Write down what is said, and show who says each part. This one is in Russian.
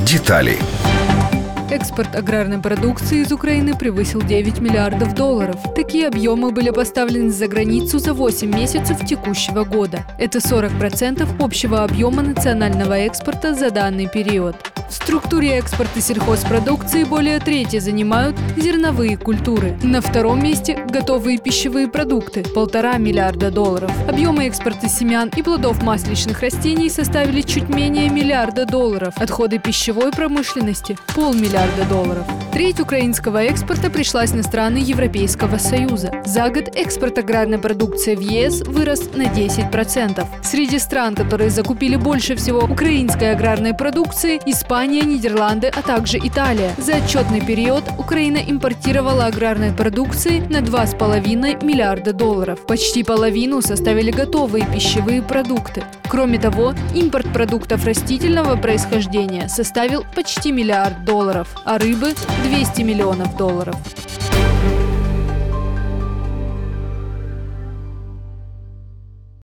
Speaker 1: Детали.
Speaker 2: Экспорт аграрной продукции из Украины превысил 9 миллиардов долларов. Такие объемы были поставлены за границу за 8 месяцев текущего года. Это 40% общего объема национального экспорта за данный период. В структуре экспорта сельхозпродукции более трети занимают зерновые культуры. На втором месте – готовые пищевые продукты – 1,5 миллиарда долларов. Объемы экспорта семян и плодов масличных растений составили чуть менее миллиарда долларов. Отходы пищевой промышленности – 500 миллиарда долларов. Треть украинского экспорта пришлась на страны Европейского Союза. За год экспорт аграрной продукции в ЕС вырос на 10%. Среди стран, которые закупили больше всего украинской аграрной продукции – Испания, Нидерланды, а также Италия. За отчетный период Украина импортировала аграрной продукции на 2,5 миллиарда долларов. Почти половину составили готовые пищевые продукты. Кроме того, импорт продуктов растительного происхождения составил почти миллиард долларов, а рыбы – 200 миллионов долларов.